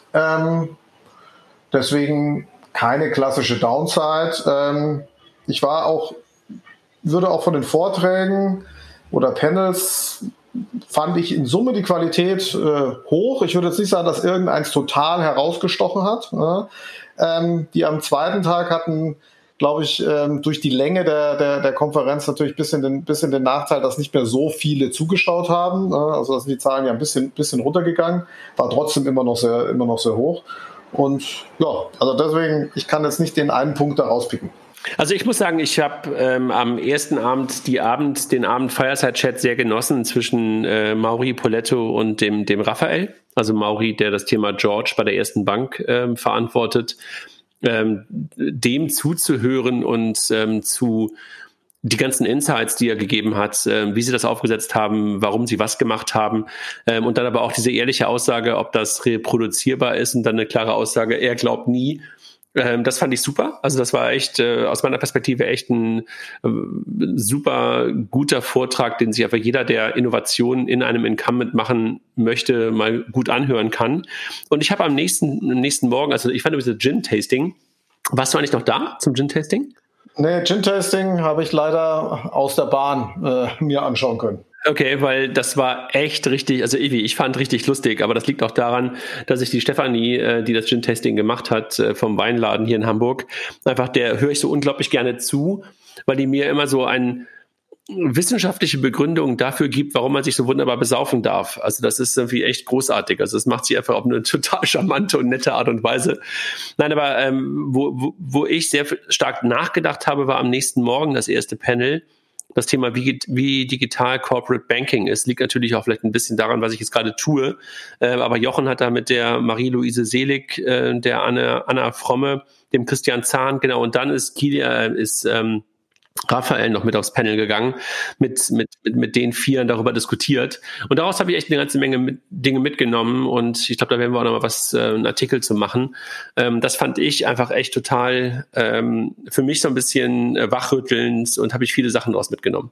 Deswegen keine klassische Downside. Ich würde auch von den Vorträgen oder Panels fand ich in Summe die Qualität hoch. Ich würde jetzt nicht sagen, dass irgendeins total herausgestochen hat. Die am zweiten Tag hatten, glaube ich, durch die Länge der Konferenz natürlich ein bisschen den Nachteil, dass nicht mehr so viele zugeschaut haben. Also sind die Zahlen ja ein bisschen runtergegangen, war trotzdem immer noch sehr hoch. Und ja, also deswegen, ich kann jetzt nicht den einen Punkt da rauspicken. Also ich muss sagen, ich habe am ersten Abend den Abend Fireside-Chat sehr genossen zwischen Mauri Poletto und dem Raphael. Also Mauri, der das Thema George bei der Ersten Bank verantwortet. Dem zuzuhören und zu die ganzen Insights, die er gegeben hat, wie sie das aufgesetzt haben, warum sie was gemacht haben und dann aber auch diese ehrliche Aussage, ob das reproduzierbar ist und dann eine klare Aussage, er glaubt nie. Das fand ich super. Also das war echt aus meiner Perspektive echt ein super guter Vortrag, den sich einfach jeder, der Innovationen in einem Incumbent machen möchte, mal gut anhören kann. Und ich habe am nächsten Morgen, also ich fand über das Gin-Tasting, warst du eigentlich noch da zum Gin-Tasting? Nee, Gin-Tasting habe ich leider aus der Bahn mir anschauen können. Okay, weil das war echt richtig, also ich fand richtig lustig, aber das liegt auch daran, dass ich die Stefanie, die das Gin-Tasting gemacht hat, vom Weinladen hier in Hamburg, einfach der höre ich so unglaublich gerne zu, weil die mir immer so eine wissenschaftliche Begründung dafür gibt, warum man sich so wunderbar besaufen darf. Also das ist irgendwie echt großartig. Also das macht sie einfach auf eine total charmante und nette Art und Weise. Nein, aber wo ich sehr stark nachgedacht habe, war am nächsten Morgen das erste Panel. Das Thema, wie digital Corporate Banking ist, liegt natürlich auch vielleicht ein bisschen daran, was ich jetzt gerade tue. Aber Jochen hat da mit der Marie-Louise Selig, der Anna Fromme, dem Christian Zahn, genau, und dann ist Raphael noch mit aufs Panel gegangen, mit den Vieren darüber diskutiert. Und daraus habe ich echt eine ganze Menge Dinge mitgenommen und ich glaube, da werden wir auch noch mal einen Artikel zu machen. Das fand ich einfach echt total für mich so ein bisschen wachrüttelnd und habe ich viele Sachen daraus mitgenommen.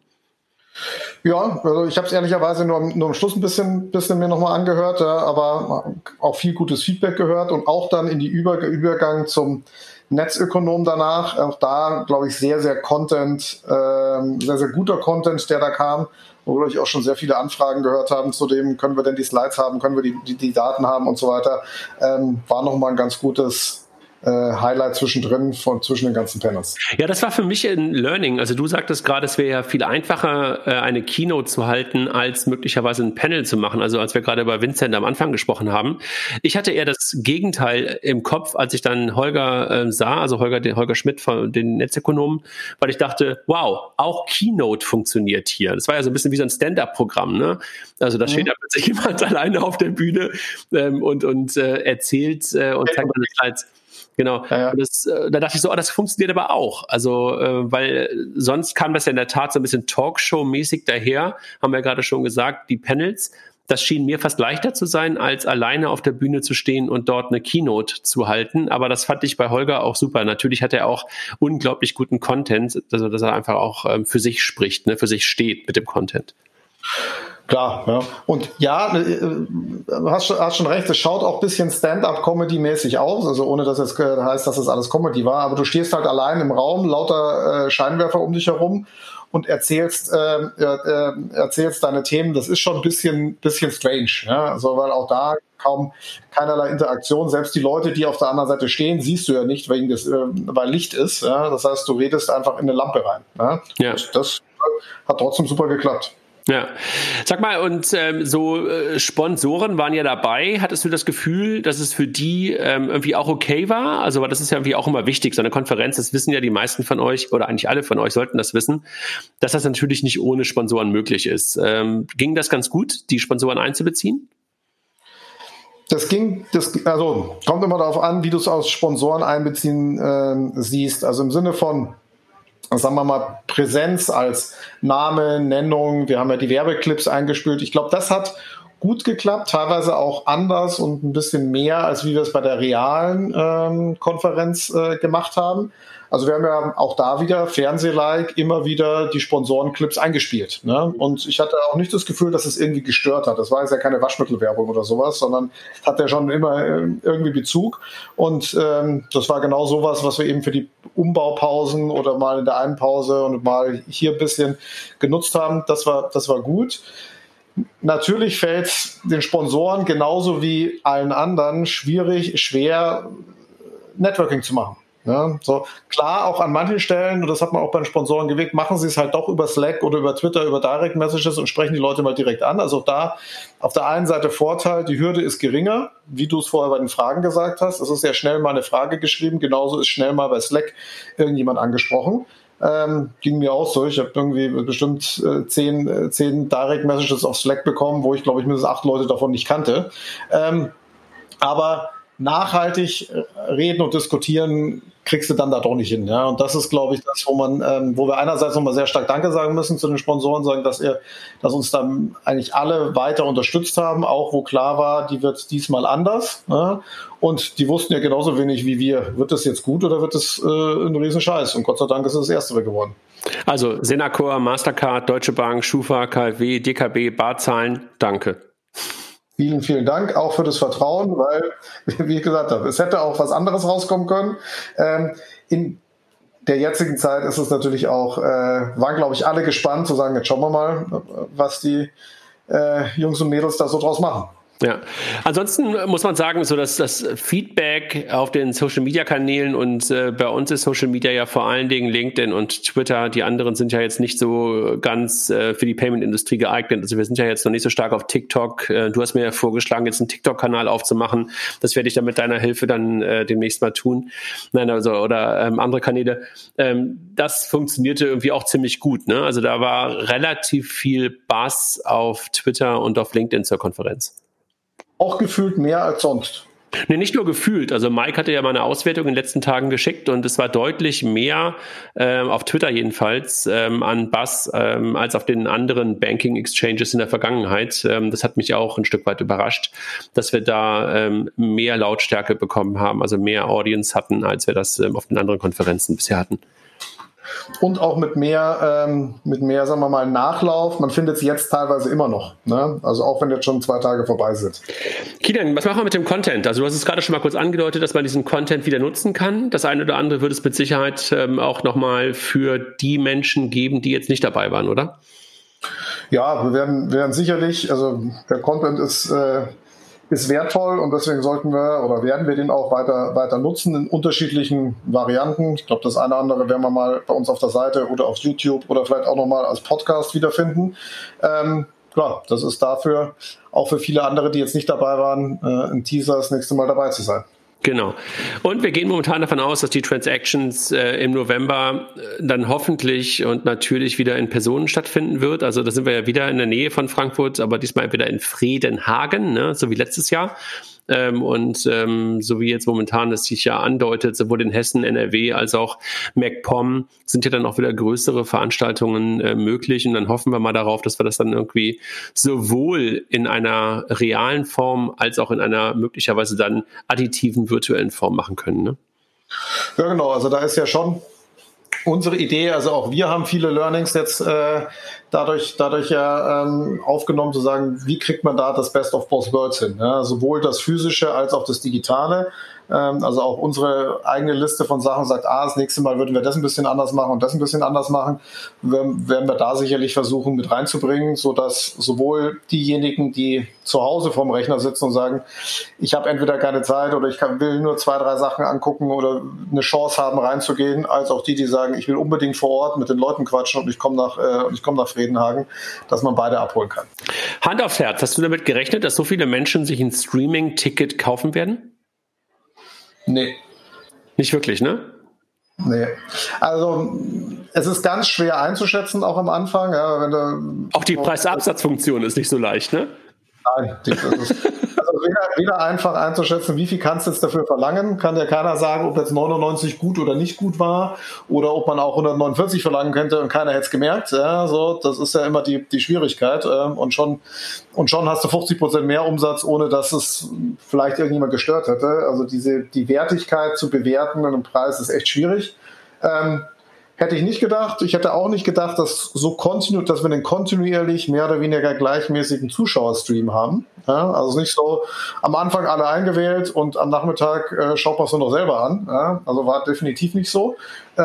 Ja, also ich habe es ehrlicherweise nur am Schluss ein bisschen mir nochmal angehört, aber auch viel gutes Feedback gehört und auch dann in die Übergang zum Netzökonom danach, auch da, glaube ich, sehr, sehr sehr guter Content, der da kam, wo ich auch schon sehr viele Anfragen gehört haben zu dem, können wir denn die Slides haben, können wir die Daten haben und so weiter, war nochmal ein ganz gutes Highlight zwischendrin zwischen den ganzen Panels. Ja, das war für mich ein Learning. Also du sagtest gerade, es wäre ja viel einfacher, eine Keynote zu halten, als möglicherweise ein Panel zu machen. Also als wir gerade über Vincent am Anfang gesprochen haben. Ich hatte eher das Gegenteil im Kopf, als ich dann Holger sah, also Holger Schmidt von den Netzökonomen, weil ich dachte, wow, auch Keynote funktioniert hier. Das war ja so ein bisschen wie so ein Stand-up-Programm, ne? Also da steht da plötzlich jemand alleine auf der Bühne und erzählt und zeigt meine Slides. Genau. Ja. Da dachte ich so, das funktioniert aber auch. Also, weil sonst kam das ja in der Tat so ein bisschen Talkshow-mäßig daher, haben wir ja gerade schon gesagt, die Panels. Das schien mir fast leichter zu sein, als alleine auf der Bühne zu stehen und dort eine Keynote zu halten. Aber das fand ich bei Holger auch super. Natürlich hat er auch unglaublich guten Content, also dass er einfach auch für sich spricht, ne, für sich steht mit dem Content. Klar, ja. Und ja, hast schon recht, es schaut auch ein bisschen Stand-up-Comedy-mäßig aus, also ohne dass es heißt, dass das alles Comedy war, aber du stehst halt allein im Raum, lauter Scheinwerfer um dich herum und erzählst deine Themen. Das ist schon ein bisschen strange, ja? Also, weil auch da kaum keinerlei Interaktion, selbst die Leute, die auf der anderen Seite stehen, siehst du ja nicht, weil Licht ist, ja? Das heißt, du redest einfach in eine Lampe rein. Ja? Das hat trotzdem super geklappt. Ja, sag mal, und Sponsoren waren ja dabei. Hattest du das Gefühl, dass es für die irgendwie auch okay war? Also, weil das ist ja irgendwie auch immer wichtig, so eine Konferenz, das wissen ja die meisten von euch oder eigentlich alle von euch sollten das wissen, dass das natürlich nicht ohne Sponsoren möglich ist. Ging das ganz gut, die Sponsoren einzubeziehen? Also kommt immer darauf an, wie du es aus Sponsoren einbeziehen siehst. Also im Sinne von, sagen wir mal, Präsenz als Name, Nennung. Wir haben ja die Werbeclips eingespielt. Ich glaube, das hat gut geklappt, teilweise auch anders und ein bisschen mehr, als wie wir es bei der realen Konferenz gemacht haben. Also wir haben ja auch da wieder Fernseh-like immer wieder die Sponsorenclips eingespielt. Ne? Und ich hatte auch nicht das Gefühl, dass es irgendwie gestört hat. Das war jetzt ja keine Waschmittelwerbung oder sowas, sondern hat ja schon immer irgendwie Bezug. Und das war genau sowas, was wir eben für die Umbaupausen oder mal in der einen Pause und mal hier ein bisschen genutzt haben. Das war gut. Natürlich fällt es den Sponsoren genauso wie allen anderen schwer Networking zu machen. Ja, so klar, auch an manchen Stellen, und das hat man auch bei den Sponsoren gewählt, machen sie es halt doch über Slack oder über Twitter, über Direct Messages und sprechen die Leute mal direkt an. Also da auf der einen Seite Vorteil, die Hürde ist geringer, wie du es vorher bei den Fragen gesagt hast. Es ist ja schnell mal eine Frage geschrieben, genauso ist schnell mal bei Slack irgendjemand angesprochen. Ging mir auch so. Ich habe irgendwie bestimmt 10 Direct Messages auf Slack bekommen, wo ich glaube ich mindestens 8 Leute davon nicht kannte. Aber nachhaltig reden und diskutieren kriegst du dann da doch nicht hin. Ja? Und das ist, glaube ich, das, wo wir einerseits nochmal sehr stark Danke sagen müssen zu den Sponsoren, sagen, dass uns dann eigentlich alle weiter unterstützt haben, auch wo klar war, die wird diesmal anders. Ja? Und die wussten ja genauso wenig wie wir, wird das jetzt gut oder wird das ein Riesenscheiß? Und Gott sei Dank ist es das Erste geworden. Also Senacor, Mastercard, Deutsche Bank, Schufa, KfW, DKB, Barzahlen, danke. Vielen, vielen Dank auch für das Vertrauen, weil, wie ich gesagt habe, es hätte auch was anderes rauskommen können. der jetzigen Zeit ist es natürlich auch, waren, glaube ich, alle gespannt zu sagen, jetzt schauen wir mal, was die Jungs und Mädels da so draus machen. Ja, ansonsten muss man sagen, so dass das Feedback auf den Social-Media-Kanälen und bei uns ist Social Media ja vor allen Dingen LinkedIn und Twitter, die anderen sind ja jetzt nicht so ganz für die Payment-Industrie geeignet. Also wir sind ja jetzt noch nicht so stark auf TikTok. Du hast mir ja vorgeschlagen, jetzt einen TikTok-Kanal aufzumachen. Das werde ich dann mit deiner Hilfe dann demnächst mal tun. Nein, also oder andere Kanäle. Das funktionierte irgendwie auch ziemlich gut, ne? Also da war relativ viel Buzz auf Twitter und auf LinkedIn zur Konferenz. Auch gefühlt mehr als sonst. Nee, nicht nur gefühlt. Also Mike hatte ja mal eine Auswertung in den letzten Tagen geschickt und es war deutlich mehr, auf Twitter jedenfalls, an Buzz als auf den anderen Banking-Exchanges in der Vergangenheit. Das hat mich auch ein Stück weit überrascht, dass wir da mehr Lautstärke bekommen haben, also mehr Audience hatten, als wir das auf den anderen Konferenzen bisher hatten. Und auch mit mehr, sagen wir mal, Nachlauf. Man findet es jetzt teilweise immer noch. Ne? Also auch wenn jetzt schon 2 Tage vorbei sind. Kilian, was machen wir mit dem Content? Also du hast es gerade schon mal kurz angedeutet, dass man diesen Content wieder nutzen kann. Das eine oder andere wird es mit Sicherheit auch nochmal für die Menschen geben, die jetzt nicht dabei waren, oder? Ja, wir werden sicherlich, also der Content ist wertvoll und deswegen werden wir den auch weiter nutzen in unterschiedlichen Varianten. Ich glaube, das eine oder andere werden wir mal bei uns auf der Seite oder auf YouTube oder vielleicht auch nochmal als Podcast wiederfinden. Klar, das ist dafür auch für viele andere, die jetzt nicht dabei waren, ein Teaser, das nächste Mal dabei zu sein. Genau. Und wir gehen momentan davon aus, dass die Transactions im November dann hoffentlich und natürlich wieder in Personen stattfinden wird. Also da sind wir ja wieder in der Nähe von Frankfurt, aber diesmal wieder in Fredenhagen, ne, so wie letztes Jahr. Und so wie jetzt momentan es sich ja andeutet, sowohl in Hessen, NRW als auch MacPom sind ja dann auch wieder größere Veranstaltungen möglich. Und dann hoffen wir mal darauf, dass wir das dann irgendwie sowohl in einer realen Form als auch in einer möglicherweise dann additiven virtuellen Form machen können. Ne? Ja, genau. Also da ist ja schon unsere Idee, also auch wir haben viele Learnings jetzt dadurch ja aufgenommen, zu sagen, wie kriegt man da das Best of both worlds hin? Ja? Sowohl das Physische als auch das Digitale. Also auch unsere eigene Liste von Sachen sagt, das nächste Mal würden wir das ein bisschen anders machen und das ein bisschen anders machen. Werden wir da sicherlich versuchen mit reinzubringen, sodass sowohl diejenigen, die zu Hause vorm Rechner sitzen und sagen, ich habe entweder keine Zeit oder will nur 2, 3 Sachen angucken oder eine Chance haben reinzugehen, als auch die sagen, ich will unbedingt vor Ort mit den Leuten quatschen und ich komme nach Fredenhagen, dass man beide abholen kann. Hand aufs Herz, hast du damit gerechnet, dass so viele Menschen sich ein Streaming-Ticket kaufen werden? Nee. Nicht wirklich, ne? Nee. Also es ist ganz schwer einzuschätzen, auch am Anfang. Ja, auch die Preis-Absatz-Funktion ist nicht so leicht, ne? Nein, das ist weder einfach einzuschätzen, wie viel kannst du jetzt dafür verlangen. Kann ja keiner sagen, ob jetzt 99 gut oder nicht gut war oder ob man auch 149 verlangen könnte und keiner hätte es gemerkt. Ja, so, das ist ja immer die Schwierigkeit. Und schon hast du 50% mehr Umsatz, ohne dass es vielleicht irgendjemand gestört hätte. Also die Wertigkeit zu bewerten in einem Preis ist echt schwierig. Hätte ich nicht gedacht. Ich hätte auch nicht gedacht, dass wir einen kontinuierlich mehr oder weniger gleichmäßigen Zuschauerstream haben. Ja, also nicht so am Anfang alle eingewählt und am Nachmittag schaut man es nur noch selber an. Ja, also war definitiv nicht so.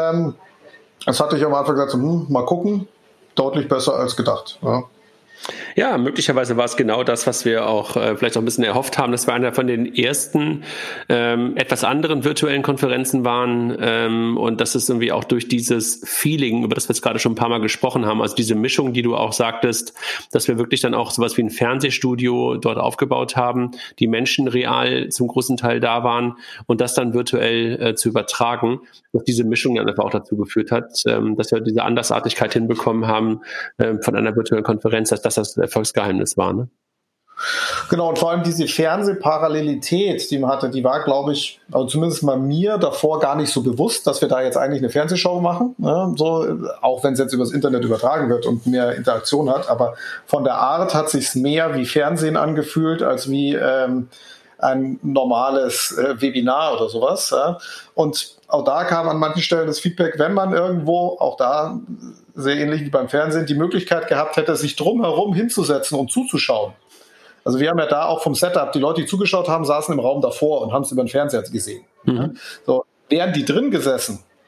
Das hatte ich am Anfang gesagt, mal gucken. Deutlich besser als gedacht. Ja. Ja, möglicherweise war es genau das, was wir auch vielleicht auch ein bisschen erhofft haben, dass wir einer von den ersten etwas anderen virtuellen Konferenzen waren und dass es irgendwie auch durch dieses Feeling, über das wir jetzt gerade schon ein paar Mal gesprochen haben, also diese Mischung, die du auch sagtest, dass wir wirklich dann auch sowas wie ein Fernsehstudio dort aufgebaut haben, die Menschen real zum großen Teil da waren und das dann virtuell zu übertragen, dass diese Mischung dann einfach auch dazu geführt hat, dass wir diese Andersartigkeit hinbekommen haben von einer virtuellen Konferenz, dass das Erfolgsgeheimnis war, ne? Genau, und vor allem diese Fernsehparallelität, die man hatte, die war, glaube ich, also zumindest mal mir davor gar nicht so bewusst, dass wir da jetzt eigentlich eine Fernsehshow machen, ne? So, auch wenn es jetzt übers Internet übertragen wird und mehr Interaktion hat, aber von der Art hat sich's mehr wie Fernsehen angefühlt, als wie ein normales Webinar oder sowas. Ja? Und auch da kam an manchen Stellen das Feedback, wenn man irgendwo, auch da sehr ähnlich wie beim Fernsehen, die Möglichkeit gehabt hätte, sich drumherum hinzusetzen und zuzuschauen. Also wir haben ja da auch vom Setup, die Leute, die zugeschaut haben, saßen im Raum davor und haben es über den Fernseher gesehen. Mhm. So, wären die drin gesessen,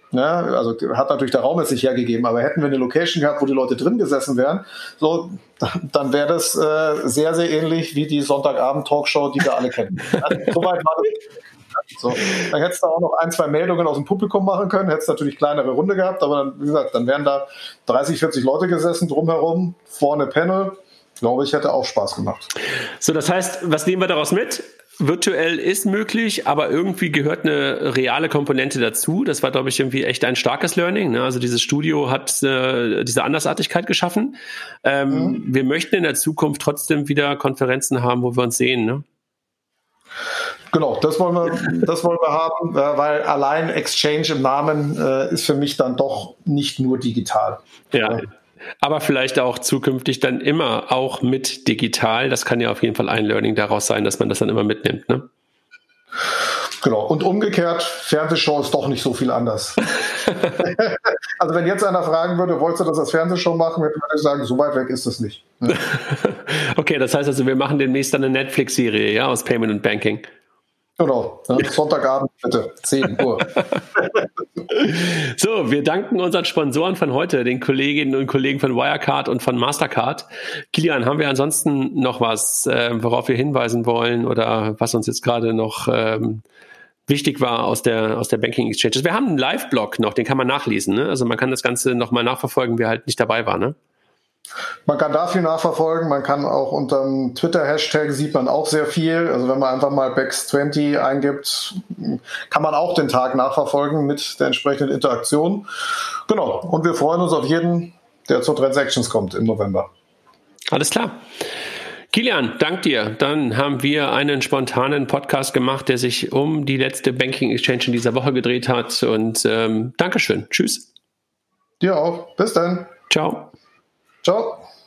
Ja, also hat natürlich der Raum jetzt nicht hergegeben, aber hätten wir eine Location gehabt, wo die Leute drin gesessen wären, so, dann wäre das sehr, sehr ähnlich wie die Sonntagabend-Talkshow, die wir alle kennen. Soweit war das. So, dann hättest du auch noch 1, 2 Meldungen aus dem Publikum machen können, hättest natürlich kleinere Runde gehabt, aber dann, wie gesagt, dann wären da 30, 40 Leute gesessen, drumherum, vorne Panel. Glaube ich, hätte auch Spaß gemacht. So, das heißt, was nehmen wir daraus mit? Virtuell ist möglich, aber irgendwie gehört eine reale Komponente dazu. Das war, glaube ich, irgendwie echt ein starkes Learning. Ne? Also dieses Studio hat diese Andersartigkeit geschaffen. Wir möchten in der Zukunft trotzdem wieder Konferenzen haben, wo wir uns sehen. Ne? Genau, das wollen wir haben, weil allein Exchange im Namen ist für mich dann doch nicht nur digital. Ja. Aber vielleicht auch zukünftig dann immer auch mit digital. Das kann ja auf jeden Fall ein Learning daraus sein, dass man das dann immer mitnimmt. Ne? Genau. Und umgekehrt, Fernsehshow ist doch nicht so viel anders. Also wenn jetzt einer fragen würde, wolltest du das als Fernsehshow machen, würde ich sagen, so weit weg ist es nicht. Ja. Okay, das heißt also, wir machen demnächst dann eine Netflix-Serie, ja, aus Payment und Banking. Genau, Sonntagabend bitte, 10 Uhr. So, wir danken unseren Sponsoren von heute, den Kolleginnen und Kollegen von Wirecard und von Mastercard. Kilian, haben wir ansonsten noch was, worauf wir hinweisen wollen oder was uns jetzt gerade noch wichtig war aus der Banking Exchange? Wir haben einen Live-Blog noch, den kann man nachlesen. Ne? Also man kann das Ganze nochmal nachverfolgen, wer halt nicht dabei war. Ne? Man kann da viel nachverfolgen, man kann auch unter dem Twitter-Hashtag sieht man auch sehr viel. Also wenn man einfach mal BEX20 eingibt, kann man auch den Tag nachverfolgen mit der entsprechenden Interaktion. Genau, und wir freuen uns auf jeden, der zur Transactions kommt im November. Alles klar. Kilian, dank dir. Dann haben wir einen spontanen Podcast gemacht, der sich um die letzte Banking Exchange in dieser Woche gedreht hat. Und Dankeschön. Tschüss. Dir auch. Bis dann. Ciao. Ciao.